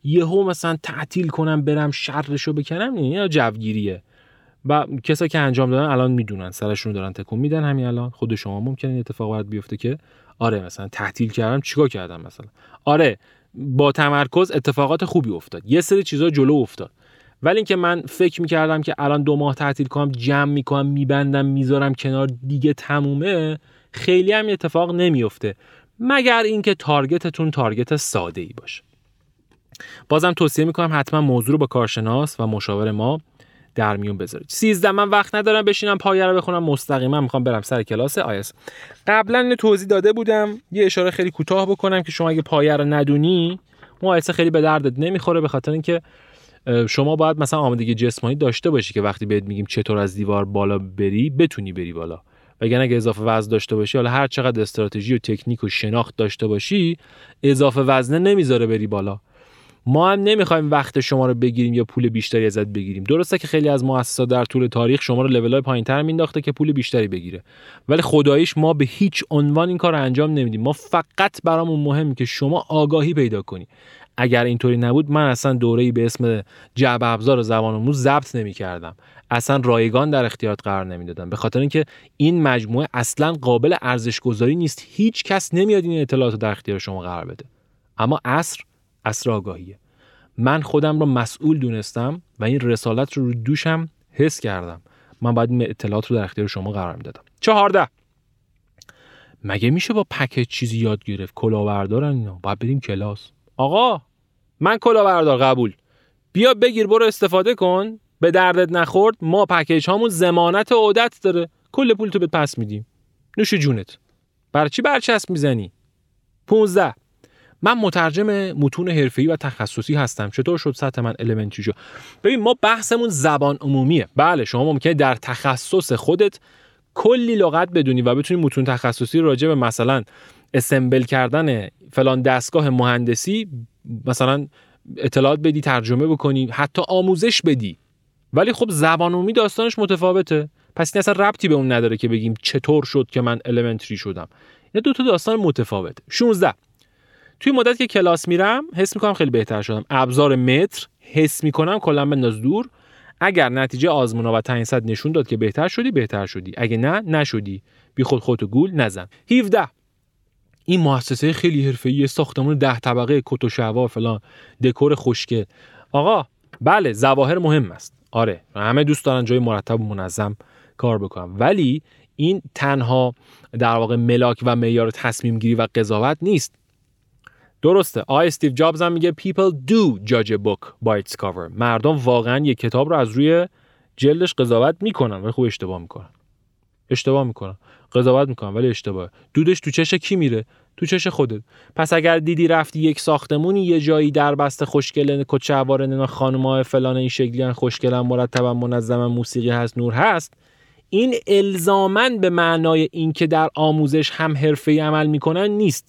یهو مثلا تعطیل کنم برم شرشو بکنم، نه، اینا جوگیریه. و کسایی که انجام دادن الان میدونن، سرشون دارن تکون میدن همین الان. خود شما ممکنه این اتفاق برات بیفته که آره مثلا تعطیل کردم چیکار کردم مثلا. آره با تمرکز اتفاقات خوبی افتاد، یه سری چیزا جلو افتاد. ولی اینکه من فکر میکردم که الان دو ماه تعطیل کنم، جمع میکنم، میبندم، میذارم کنار، دیگه تمومه، خیلی هم اتفاق نمیفته، مگر اینکه تارگتتون تارگت ساده ای باشه. بازم توصیه میکنم حتما موضوع رو با کارشناس و مشاور ما در میون بذارید. سیزده من وقت ندارم بشینم پایه رو بخونم، مستقیما میخوام برم سر کلاس آیس. قبلا اینو توضیح داده بودم، یه اشاره خیلی کوتاه بکنم که شما اگه پایه رو ندونی، مقایسه خیلی به دردت نمیخوره، به خاطر اینکه شما باید مثلا آمادگی جسمانی داشته باشی که وقتی بهت میگیم چطور از دیوار بالا بری بتونی بری بالا. وگرنه اگه اضافه وزن داشته باشی، حالا هر چقدر استراتژی و تکنیک و شناخت داشته باشی، اضافه وزنه نمیذاره بری بالا. ما هم نمیخوایم وقت شما رو بگیریم یا پول بیشتری ازت بگیریم. درسته که خیلی از مؤسسات در طول تاریخ شما رو لول‌های پایین‌تر مینداخته که پول بیشتری بگیره، ولی خداییش ما به هیچ عنوان این کار رو انجام نمیدیم. ما فقط برامون مهمه که شما آگاهی پیدا کنی. اگر اینطوری نبود من اصلا دوره‌ای به اسم جعبه ابزار زبان آموز ضبط نمی‌کردم، اصلا رایگان در اختیارت قرار نمیدادم، به خاطر اینکه این مجموعه اصلا قابل ارزش گذاری نیست. هیچ کس نمیاد این اطلاعات رو در اختیار شما قرار بده. اما عصر عصر آگاهیه. من خودم رو مسئول دونستم و این رسالت رو رو دوشم حس کردم. من باید این اطلاعات رو در اختیار شما قرار میدادم. چهارده مگه میشه با پکیج چیزی یاد گرفت؟ کلاهبردارن اینا، باید بریم کلاس. آقا من کلاهبردار قبول، بیا بگیر برو استفاده کن، به دردت نخورد. ما پکیج هامون ضمانت عودت داره، کل پول تو بهت پس میدیم، نوش جونت. برای چی برچسب میزنی؟ پانزده من مترجم متون حرفه‌ای و تخصصی هستم، چطور شد سطح من المنتری شد؟ ببین ما بحثمون زبان عمومیه. بله شما ممکنه در تخصص خودت کلی لغت بدونی و بتونی متون تخصصی راجع به مثلا اسمبل کردن فلان دستگاه مهندسی مثلا اطلاعات بدی، ترجمه بکنی، حتی آموزش بدی، ولی خب زبان عمومی داستانش متفاوته. پس این اصلا ربطی به اون نداره که بگیم چطور شد که من المنتری شدم. اینا دو تا داستان متفاوته. شانزده توی مدت که کلاس میرم حس میکنم خیلی بهتر شدم. ابزار متر حس میکنم کلا بنداز دور. اگر نتیجه آزمونا و تعیین صد نشون داد که بهتر شدی بهتر شدی، اگه نه نشدی، بی خود خودتو گول نزن. هفده این مؤسسه خیلی حرفه‌ای، ساختمون ده طبقه، کت و شلوار فلان، دکور خوشگل. آقا بله ظواهر مهم است، آره همه دوست دارن جای مرتب و منظم کار بکنن، ولی این تنها در واقع ملاک و معیار تصمیم گیری و قضاوت نیست. درسته آقای استیو جابز هم میگه people do judge a book by its cover. مردم واقعا یک کتاب رو از روی جلدش قضاوت میکنن ولی خوب اشتباه میکنن. اشتباه میکنن. قضاوت میکنن ولی اشتباه. دودش تو چش کی میره؟ تو چش خودت. پس اگر دیدی رفتی یک ساختمونی یه جایی در بسته خوشگله، کچه‌واره، نه خانم‌ها فلان این شکلیان، خوشگلن، مرتبا منظمن، موسیقی هست، نور هست، این الزاماً به معنای این که در آموزش هم حرفه‌ای عمل میکنن نیست.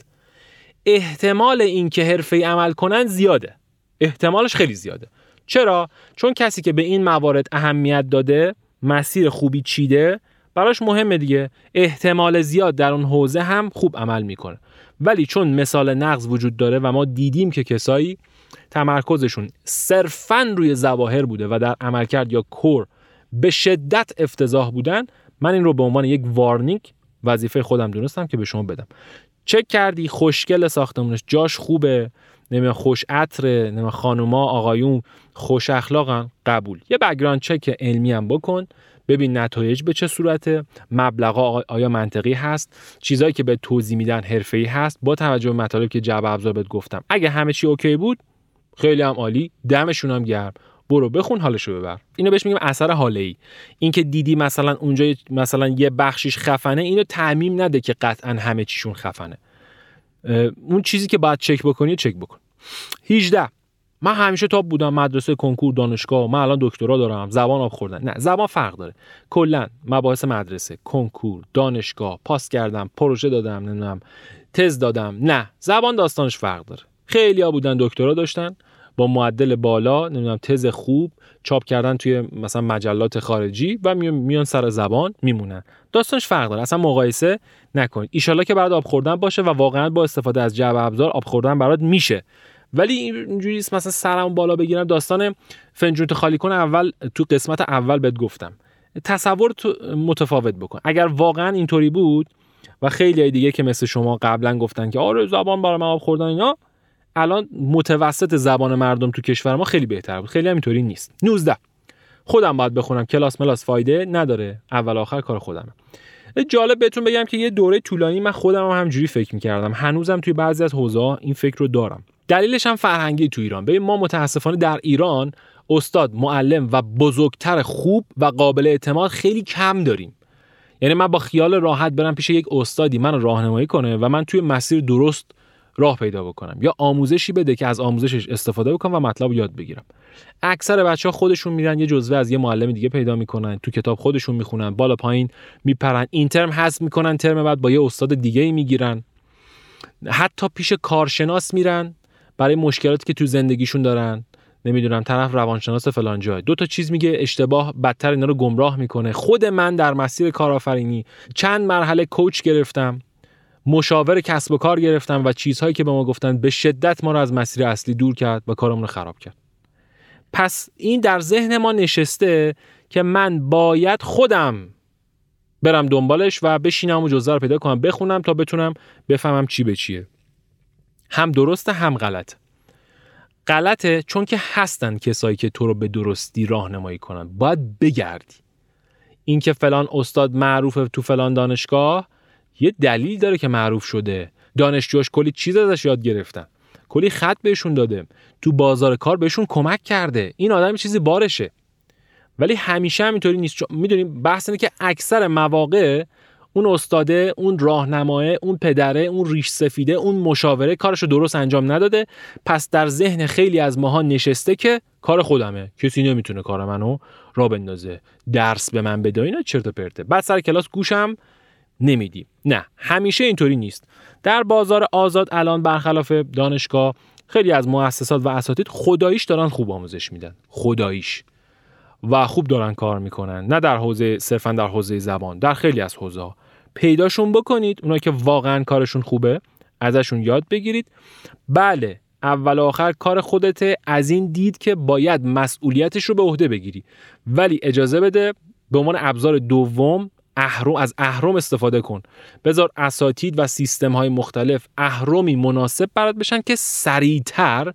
احتمال این که حرفه‌ای عمل کنن زیاده. احتمالش خیلی زیاده. چرا؟ چون کسی که به این موارد اهمیت داده، مسیر خوبی چیده، براش مهمه دیگه. احتمال زیاد در اون حوزه هم خوب عمل میکنه. ولی چون مثال نقض وجود داره و ما دیدیم که کسایی تمرکزشون صرفاً روی ظواهر بوده و در عملکرد یا کور به شدت افتضاح بودن، من این رو به عنوان یک وارنینگ وظیفه خودم دونستم که به شما بدم. چک کردی خوشگل ساختمونش، جاش خوبه، نمیدونم خوش عطره، نمیدونم خانوما آقایون خوش اخلاقن، قبول. یه بک‌گراند چک علمی هم بکن، ببین نتایج به چه صورته، مبلغا آیا منطقی هست، چیزایی که به توضیح میدن حرفه‌ای هست با توجه به مطالبی که جعبه ابزار بهت گفتم. اگه همه چی اوکی بود خیلی هم عالی، دمشون هم گرم، برو بخون حالشو ببر. اینو بهش میگیم اثر حاله‌ای. این که دیدی مثلا اونجا مثلا یه بخشیش خفنه، اینو تعمیم نده که قطعا همه چیشون خفنه. اون چیزی که باید چک بکنی چک بکن. هجده من همیشه تاپ بودم، مدرسه، کنکور، دانشگاه، من الان دکترا دارم، زبان آب خوردن. نه، زبان فرق داره. کلا مباحث مدرسه، کنکور، دانشگاه، پاس کردم، پروژه دادم، نمیدونم تز دادم، نه، زبان داستانش فرق داره. خیلی‌ها بودن دکترا داشتن با معدل بالا، نمیدونم تز خوب، چاپ کردن توی مثلا مجلات خارجی و میان سر زبان میمونن. داستانش فرق داره، اصلا مقایسه نکنید. ان شاءالله که برات آب خوردن باشه و واقعا با استفاده از جعبه ابزار آب خوردن برات میشه. ولی اینجوری مثلا سرم بالا بگیرم. داستان فنجونت خالی کن اول تو قسمت اول بهت گفتم، تصور تو متفاوت بکن. اگر واقعا اینطوری بود و خیلی دیگه که مثل شما قبلا گفتن که آره زبان برای من آب خوردن اینا، الان متوسط زبان مردم تو کشور ما خیلی بهتر بود. خیلی هم اینطوری نیست. نوزده خودم باید بخونم، کلاس ملاس فایده نداره، اول آخر کار خودمه. جالب بهتون بگم که یه دوره طولانی من خودم هم همجوری فکر می‌کردم، هنوزم توی بعضی از حوزه‌ها این فکر رو دارم. دلیلش هم فرهنگی تو ایران. ببین ما متاسفانه در ایران استاد، معلم و بزرگتر خوب و قابل اعتماد خیلی کم داریم. یعنی من با خیال راحت برم پیش یک استادی منو راهنمایی کنه و من توی مسیر درست راه پیدا بکنم، یا آموزشی بده که از آموزشش استفاده بکنم و مطلب رو یاد بگیرم. اکثر بچه‌ها خودشون میرن یه جزوه از یه معلم دیگه پیدا میکنن، تو کتاب خودشون میخونن، بالا پایین میپرن، این ترم حذف میکنن، ترم بعد با یه استاد دیگه‌ای میگیرن، حتی پیش کارشناس میرن برای مشکلاتی که تو زندگیشون دارن. نمیدونم طرف روانشناس فلان جای دو تا چیز میگه اشتباه، بدتر اینا رو گمراه میکنه. خود من در مسیر کارآفرینی چند مرحله کوچ گرفتم، مشاور کسب و کار گرفتم و چیزهایی که به ما گفتن به شدت ما رو از مسیر اصلی دور کرد و کارمون رو خراب کرد. پس این در ذهن ما نشسته که من باید خودم برم دنبالش و بشینم و جزوه رو پیدا کنم بخونم تا بتونم بفهمم چی به چیه. هم درسته هم غلطه. غلطه چون که هستن کسایی که تو رو به درستی راهنمایی کنن. باید بگردی. این که فلان استاد معروفه تو فلان دانشگاه یه دلیل داره که معروف شده. دانشجوش کلی چیز ازش یاد گرفتن، کلی خط بهشون داده، تو بازار کار بهشون کمک کرده. این آدم یه چیزی بارشه. ولی همیشه هم اینطوری نیست. میدونیم بحث اینه که اکثر مواقع اون استاده، اون راهنماه، اون پدره، اون ریش سفیده، اون مشاوره کارشو درست انجام نداده. پس در ذهن خیلی از ماها نشسته که کار خودمه، کسی نمیتونه کار منو راه بندازه، درس به من بده، اینا چرت و پرته. بعد سر کلاس گوشم نمیدی. نه، همیشه اینطوری نیست. در بازار آزاد الان برخلاف دانشگاه خیلی از مؤسسات و اساتید خداییش دارن خوب آموزش میدن، خداییش، و خوب دارن کار میکنن. نه در حوزه صرفا در حوزه زبان، در خیلی از حوزه‌ها پیداشون بکنید. اونایی که واقعا کارشون خوبه ازشون یاد بگیرید. بله اول و آخر کار خودته، از این دید که باید مسئولیتش رو به عهده بگیری، ولی اجازه بده به عنوان ابزار دوم اهرم از اهرم استفاده کن. بذار اساتید و سیستم‌های مختلف اهرمی مناسب برات بشن که سریعتر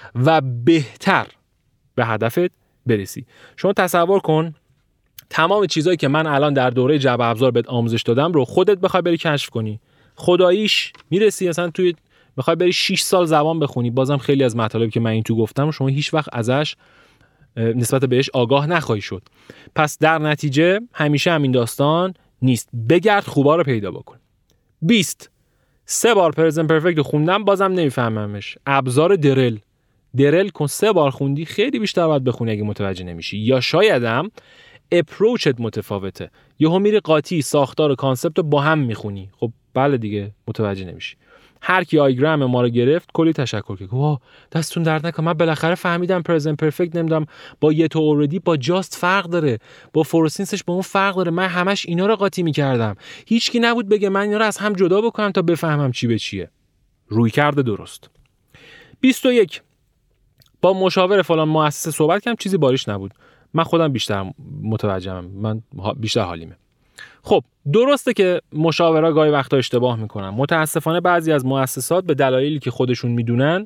و بهتر به هدفت برسی. شما تصور کن تمام چیزایی که من الان در دوره جعبه ابزار بهت آموزش دادم رو خودت بخوای بری کشف کنی، خداییش میرسی مثلا توی بخوای بری شش سال زبان بخونی، بازم خیلی از مطالبی که من این تو گفتم شما هیچ وقت ازش نسبت بهش آگاه نخواهی شد. پس در نتیجه همیشه همین داستان نیست. بگرد خوبا رو پیدا بکن. بیست سه بار پرزنت پرفکت رو خوندم بازم نمیفهممش. ابزار درل درل کن، سه بار خوندی خیلی بیشتر باید بخونی اگه متوجه نمیشی، یا شایدم اپروچت متفاوته، یهو میری قاطی ساختار و کانسپت رو با هم میخونی. خب بله دیگه متوجه نمیشی. هر کی آیگرام ما رو گرفت کلی تشکر کرد. واه دستتون درد نکنه، من بالاخره فهمیدم پرزنت پرفکت نمیدونم با یت اوردی با جاست فرق داره، با فورسینسش با اون فرق داره. من همش اینا رو قاطی میکردم، هیچکی نبود بگه من اینا رو از هم جدا بکنم تا بفهمم چی به چیه. روی کرده درست. بیست و یک با مشاور فلان مؤسسه صحبت کردم، چیزی باریش نبود. من خودم بیشتر متوجهم، من بیشتر حالیمه. خب درسته که مشاورا گاهی وقتا اشتباه میکنن. متاسفانه بعضی از مؤسسات به دلایلی که خودشون میدونن،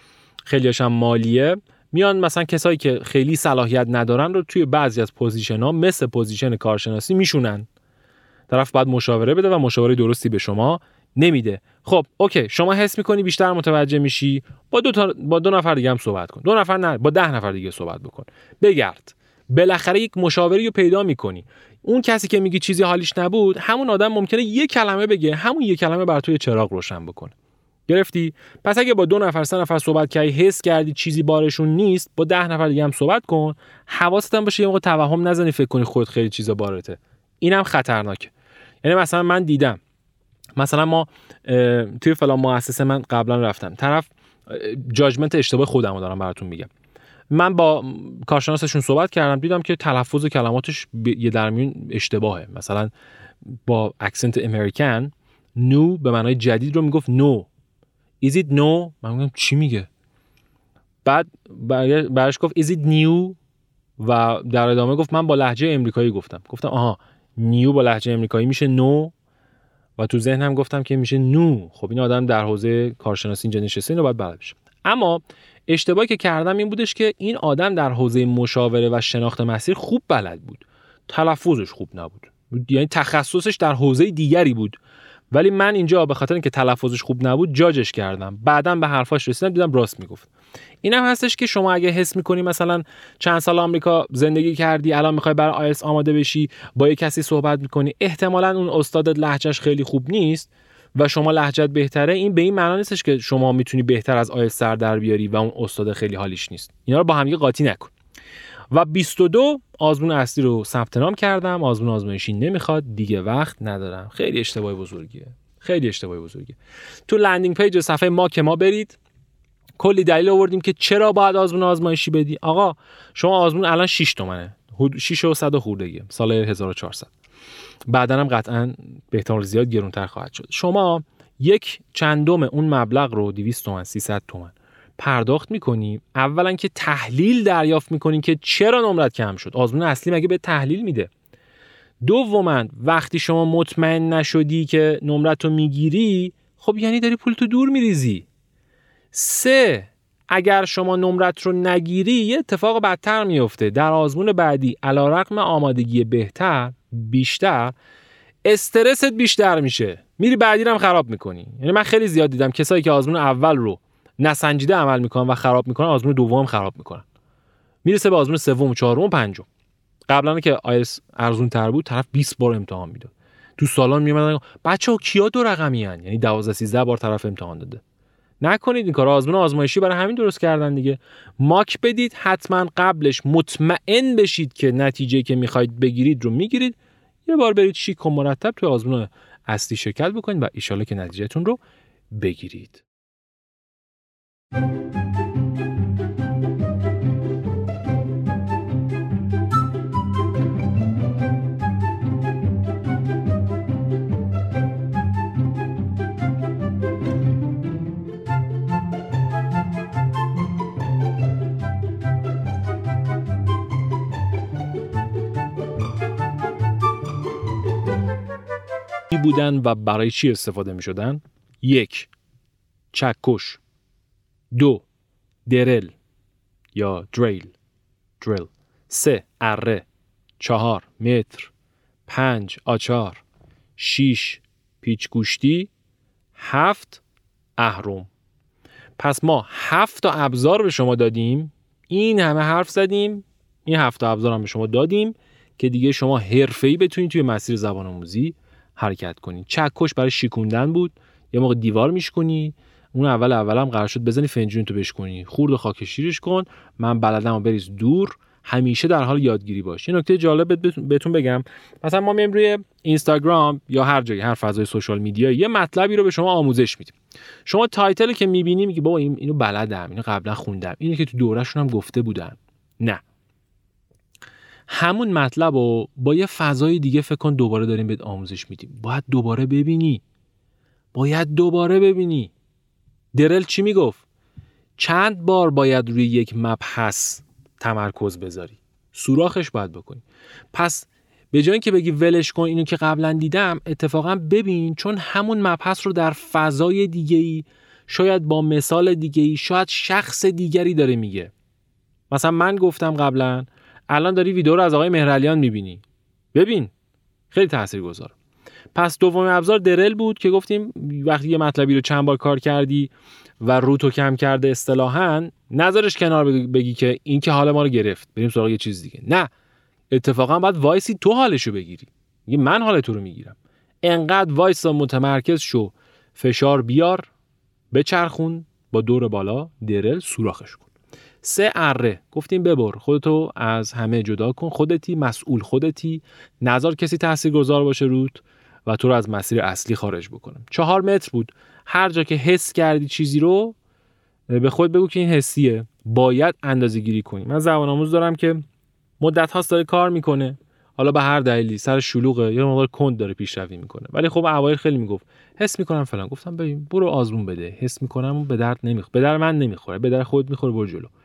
خیلیش هم مالیه، میان مثلا کسایی که خیلی صلاحیت ندارن رو توی بعضی از پوزیشن‌ها مثل پوزیشن کارشناسی میشونن. طرف بعد مشاوره بده و مشاوره درستی به شما نمیده. خب اوکی، شما حس میکنی بیشتر متوجه میشی، با دو تا با دو نفر دیگه هم صحبت کن. دو نفر نه، با ده نفر دیگه صحبت بکن. بگرد. بالاخره یک مشاوری رو پیدا میکنی. اون کسی که میگی چیزی حالیش نبود، همون آدم ممکنه یک کلمه بگه، همون یک کلمه بر توی چراغ روشن بکنه. گرفتی؟ پس اگه با دو نفر سه نفر صحبت کردی، حس کردی چیزی بارشون نیست، با ده نفر دیگه هم صحبت کن. حواست هم باشه یه موقع توهم نزنی فکر کنی خودت خیلی چیزا بارته. اینم خطرناکه. یعنی مثلا من دیدم، مثلا ما توی فلان مؤسسه من قبلا رفتم، طرف جاجمنت اشتباه خودمو دارم براتون میگم. من با کارشناسشون صحبت کردم، دیدم که تلفظ کلماتش یه درمیون اشتباهه. مثلا با اکسنت امریکن نو به معنای جدید رو میگفت نو. Is it no؟ من میگم چی میگه؟ بعد برش گفت is it new و در ادامه گفت من با لهجه امریکایی گفتم گفتم آها نیو با لهجه امریکایی میشه نو و تو ذهنم گفتم که میشه نو. خب این آدم در حوزه کارشناسی اینجا نشسته، اینو باید بلد بشه. اما اشتباهی که کردم این بودش که این آدم در حوزه مشاوره و شناخت مسیر خوب بلد بود، تلفظش خوب نبود، یعنی تخصصش در حوزه دیگری بود، ولی من اینجا به خاطر اینکه تلفظش خوب نبود جاجش کردم. بعداً به حرفاش رسیدم دیدم راست میگفت. اینم هستش که شما اگه حس می‌کنی مثلا چند سال آمریکا زندگی کردی، الان می‌خوای برای آیلتس آماده بشی، با یه کسی صحبت می‌کنی، احتمالاً اون استادت لهجهش خیلی خوب نیست و شما لهجت بهتره، این به این معنا نیستش که شما میتونی بهتر از آیلتس سر در بیاری و اون استاد خیلی حالیش نیست. اینا رو با هم قاطی نکن. و بیست و دو آزمون اصلی رو ثبت نام کردم. آزمون آزمایشی نمیخواد، دیگه وقت ندارم. خیلی اشتباه بزرگیه. خیلی اشتباه بزرگیه. تو لندینگ پیج صفحه ما که ما برید، کلی دلیل آوردیم که چرا باید آزمون آزمایشی بدی. آقا شما آزمون الان شش تومنه، شش و صد خوردگیه، سال هزار و چهارصد. بعداً هم قطعاً به احتمال زیاد گرونتر خواهد شد. شما یک چندم اون مبلغ رو دویست تومن، سیصد تومن پرداخت میکنی. اولا که تحلیل دریافت میکنی که چرا نمرت کم شد. آزمون اصلی مگه به تحلیل میده؟ دوما وقتی شما مطمئن نشدی که نمرت رو میگیری، خب یعنی داری پول تو دور میریزی. سه، اگر شما نمرت رو نگیری یه اتفاق بدتر میفته. در آزمون بعدی علیرغم آمادگی بهتر بیشتر، استرست بیشتر میشه، میری بعدی رو هم خراب میکنی. یعنی من خیلی زیاد دیدم کسایی که آزمون اول رو نسنجیده عمل میکنن و خراب میکنن، آزمون دوم خراب میکنن، میرسه به آزمون سوم و چهارم و پنجم. قبلا که آیلتس ارزون تر بود طرف بیست بار امتحان میداد. تو سالن میومدن بچه‌ها کیا دو رقمی ان، یعنی دوازده سیزده بار طرف امتحان داده. نکنید این کارا. آزمون آزمایشی برای همین درست کردن دیگه. ماک بدید، حتما قبلش مطمئن بشید که نتیجه که میخواید بگیرید رو میگیرید. یه بار برید شیک و مرتب توی آزمون اصلی شرکت بکنید و ان شاءالله که نتیجهتون رو بگیرید. بودن و برای چی استفاده می شدن؟ یک، چکش. دو، درل یا دریل دریل. سه، اره. چهار، متر. پنج، آچار. شیش، پیچ گوشتی. هفت، اهرم. پس ما هفت تا ابزار به شما دادیم، این همه حرف زدیم، این هفت تا ابزار هم به شما دادیم که دیگه شما حرفه‌ای بتونید توی مسیر زبان آموزی حرکت کنی. چکش برای شیکوندن بود، یه موقع دیوار میشکنی، اون اول اول هم قرار شد بزنی فنجون تو بشکنی، خورد و خاک شیرش کن، من بلدم و بریز دور. همیشه در حال یادگیری باش. این نکته جالب بهتون بگم، مثلا ما میایم روی اینستاگرام یا هر جایی، هر فضای سوشال میدیا، یه مطلبی رو به شما آموزش میدیم. شما تایتل که میبینی میگی بابا این اینو بلدم، اینو قبلا خوندم، اینو که تو دورهشون هم گفته بودن. نه، همون مطلب رو با یه فضای دیگه فکر کن دوباره داریم بهت آموزش میدیم. باید دوباره ببینی. باید دوباره ببینی. درل چی میگفت؟ چند بار باید روی یک مبحث تمرکز بذاری. سوراخش باید بکنی. پس به جای اینکه بگی ولش کن اینو که قبلا دیدم، اتفاقا ببین، چون همون مبحث رو در فضای دیگه‌ای، شاید با مثال دیگه‌ای، شاید شخص دیگری داره میگه. مثلا من گفتم قبلا، الان داری ویدیو رو از آقای مهرعلیان میبینی. ببین، خیلی تاثیرگذار. پس دومین ابزار درل بود که گفتیم وقتی یه مطلبی رو چند بار کار کردی و روتو کم کرده اصطلاحاً، نذارش کنار بگی که این که حال ما رو گرفت، بریم سراغ یه چیز دیگه. نه، اتفاقا باید وایسی تو حالشو بگیری. میگه من حال تو رو میگیرم. انقدر وایسا، متمرکز شو، فشار بیار، بچرخون با دور بالا، درل سوراخش کن. سه، اره. گفتیم ببر، خودتو از همه جدا کن، خودتی مسئول، خودتی، نذار کسی تاثیرگذار باشه روت و تو رو از مسیر اصلی خارج بکنه. چهار، متر بود. هر جا که حس کردی چیزی رو به خود بگو که این حسیه، باید اندازه‌گیری کنی. من زبان آموز دارم که مدت هاست داره کار میکنه، حالا به هر دلیلی سر شلوغه یا مقدار کند داره پیشروی میکنه، ولی خب اوایل خیلی میگفت حس میکنم فلان. گفتم ببین برو آزمون بده، حس میکنم به درد نمیخوره، به درد من نمیخوره، به درد خودت میخوره، برو جلو.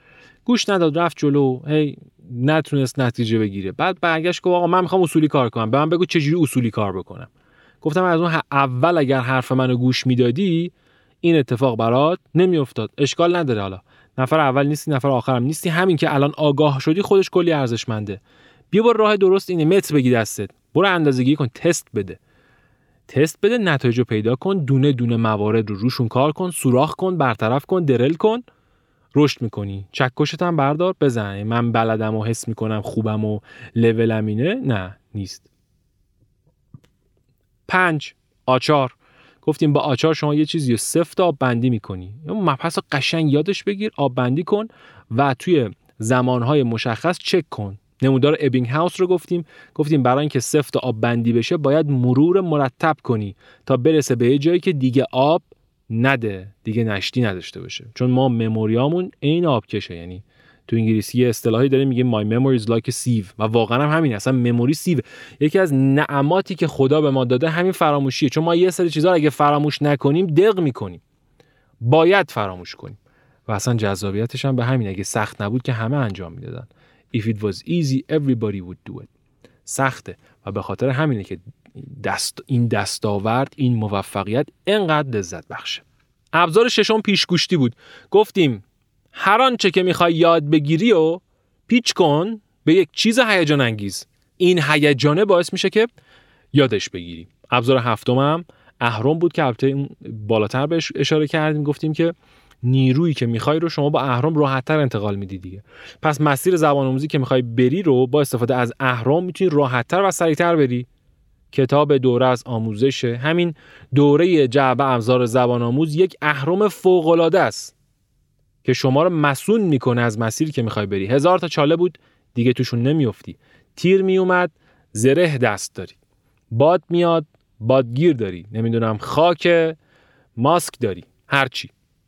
گوش نداد، رفت جلو، هی نتونست نتیجه بگیره. بعد برگشت گفت آقا من میخوام اصولی کار کنم، به من بگو چجوری اصولی کار بکنم. گفتم از اون اول اگر حرف منو گوش میدادی این اتفاق برات نمیافتاد. اشکال نداره، حالا نفر اول نیستی، نفر آخرم نیستی، همین که الان آگاه شدی خودش کلی ارزشمنده. بیا با راه درست اینه، متر بگی دستت، برو اندازه‌گیری کن، تست بده. تست بده، نتایجو پیدا کن، دونه دونه موارد رو روشون کار کن، سوراخ کن، برطرف کن، درل کن، رشد میکنی. چکشت هم بردار بزن. من بلدم و حس میکنم خوبم و لولم اینه، نه نیست. پنج، آچار. گفتیم با آچار شما یه چیزی رو سفت آب بندی میکنی. اون مبحث رو قشنگ یادش بگیر، آب بندی کن و توی زمانهای مشخص چک کن. نمودار ابینگ هاوس رو گفتیم گفتیم برای اینکه سفت آب بندی بشه باید مرور مرتب کنی تا برسه به یه جایی که دیگه آب نده، دیگه نشتی نداشته باشه. چون ما مموریامون عین آب کشه. یعنی تو انگلیسی یه اصطلاحی داره میگه my memory is like a sieve و واقعا هم همین، اصلا مموری سیو. یکی از نعماتی که خدا به ما داده همین فراموشیه. چون ما یه سری چیزا رو اگه فراموش نکنیم دق میکنیم، باید فراموش کنیم و اصلا جذابیتش هم به همین. اگه سخت نبود که همه انجام میدادن. If it was easy everybody would do it. سخته و به خاطر همینه که دست این دستاورد، این موفقیت اینقدر لذت بخشه. ابزار ششم پیشگوشتی بود. گفتیم هر آنچه که میخوای یاد بگیری و پیچ کن به یک چیز هیجان انگیز. این هیجانه باعث میشه که یادش بگیری. ابزار هفتم هم اهرم بود که البته بالاتر بهش اشاره کردیم. گفتیم که نیرویی که میخوای رو شما با اهرم راحت‌تر انتقال میدی دیگه. پس مسیر زبان آموزی که میخوای بری رو با استفاده از اهرم میتونی راحت‌تر و سریع‌تر بری. کتاب دوره از آموزش، همین دوره جعبه ابزار زبان آموز یک اهرم فوق‌العاده است که شما رو مسئول میکنه از مسیری که میخوای بری. هزار تا چاله بود دیگه توشون نمیافتی. تیر میومد زره دست داری، باد میاد بادگیر داری، نمیدونم خاک ماسک داری، هرچی.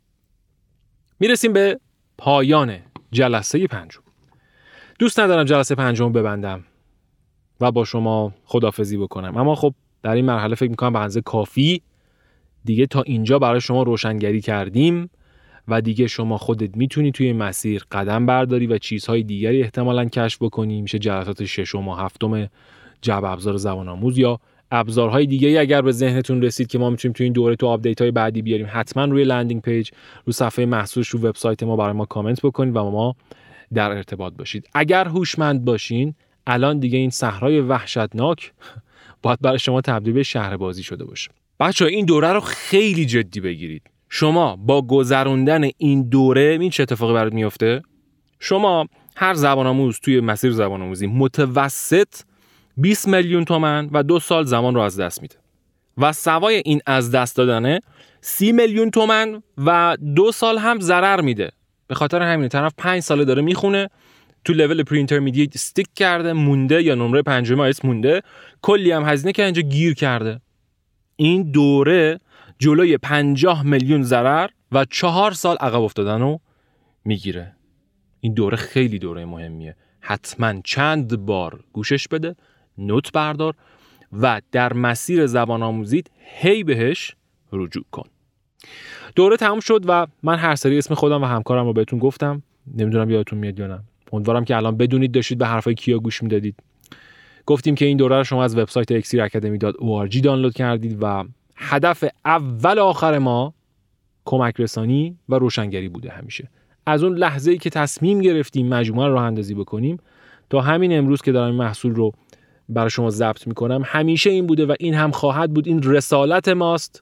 میرسیم به پایان جلسه پنجم. دوست ندارم جلسه پنجم ببندم و با شما خداحافظی بکنم، اما خب در این مرحله فکر میکنم به اندازه کافی دیگه تا اینجا برای شما روشنگری کردیم و دیگه شما خودت میتونی توی مسیر قدم برداری و چیزهای دیگری احتمالاً کشف بکنی. میشه جلسات ششم و هفتم جعبه ابزار زبان آموز یا ابزارهای دیگه‌ای اگر به ذهنتون رسید که ما میتونیم توی این دوره تو آپدیت‌های بعدی بیاریم، حتما روی لندینگ پیج، رو صفحه محصولش، رو وبسایت ما برای ما کامنت بکنید و ما در ارتباط باشید. اگر هوشمند باشین الان دیگه این صحرای وحشتناک باید برای شما تبدیل به شهر بازی شده باشه. بچه‌ها این دوره رو خیلی جدی بگیرید. شما با گذروندن این دوره این چه اتفاقی برات میفته؟ شما هر زبان آموز توی مسیر زبان آموزی متوسط بیست میلیون تومان و دو سال زمان رو از دست میده و سوای این از دست دادنه سی میلیون تومان و دو سال هم ضرر میده. به خاطر همین طرف پنج ساله داره میخونه، تو لول پری اینترمدییت استیک کرده، مونده یا نمره پنجم آیس مونده، کلی هم هزینه که اینجا گیر کرده. این دوره جلوی پنجاه میلیون ضرر و چهار سال عقب افتادن رو میگیره. این دوره خیلی دوره مهمیه. حتما چند بار گوشش بده، نوت بردار و در مسیر زبان آموزیت هی بهش رجوع کن. دوره تموم شد و من هر سری اسم خودم و همکارم رو بهتون گفتم. نمیدونم یادتون میاد یا نه. امیدوارم که الان بدونید داشتید به حرفای کیا گوش میدادید. گفتیم که این دوره رو شما از وبسایت اکسیر اکادمی دات او آر جی دانلود کردید و هدف اول آخر ما کمک رسانی و روشنگری بوده. همیشه از اون لحظه‌ای که تصمیم گرفتیم مجموعه رو راه اندازی بکنیم تا همین امروز که دارم این محصول رو برای شما ضبط میکنم همیشه این بوده و این هم خواهد بود. این رسالت ماست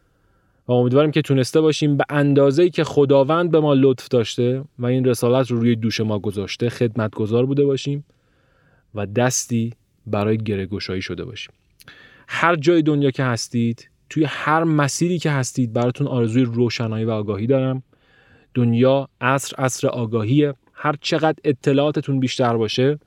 و امیدوارم که تونسته باشیم به اندازه‌ای که خداوند به ما لطف داشته و این رسالت رو روی دوش ما گذاشته خدمتگزار بوده باشیم و دستی برای گره‌گشایی شده باشیم. هر جای دنیا که هستید، توی هر مسیری که هستید، براتون آرزوی روشنایی و آگاهی دارم. دنیا عصر عصر آگاهیه. هر چقدر اطلاعاتتون بیشتر باشه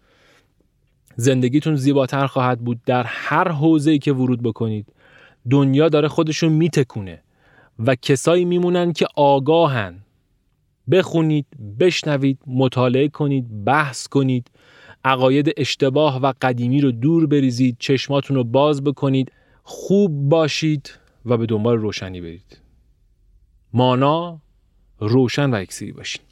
زندگیتون زیباتر خواهد بود. در هر حوزه‌ای که ورود بکنید دنیا داره خودشون میتکونه و کسایی میمونن که آگاهن. بخونید، بشنوید، مطالعه کنید، بحث کنید، عقاید اشتباه و قدیمی رو دور بریزید، چشماتون رو باز بکنید، خوب باشید و به دنبال روشنی برید. مانا، روشن و اکسیری باشید.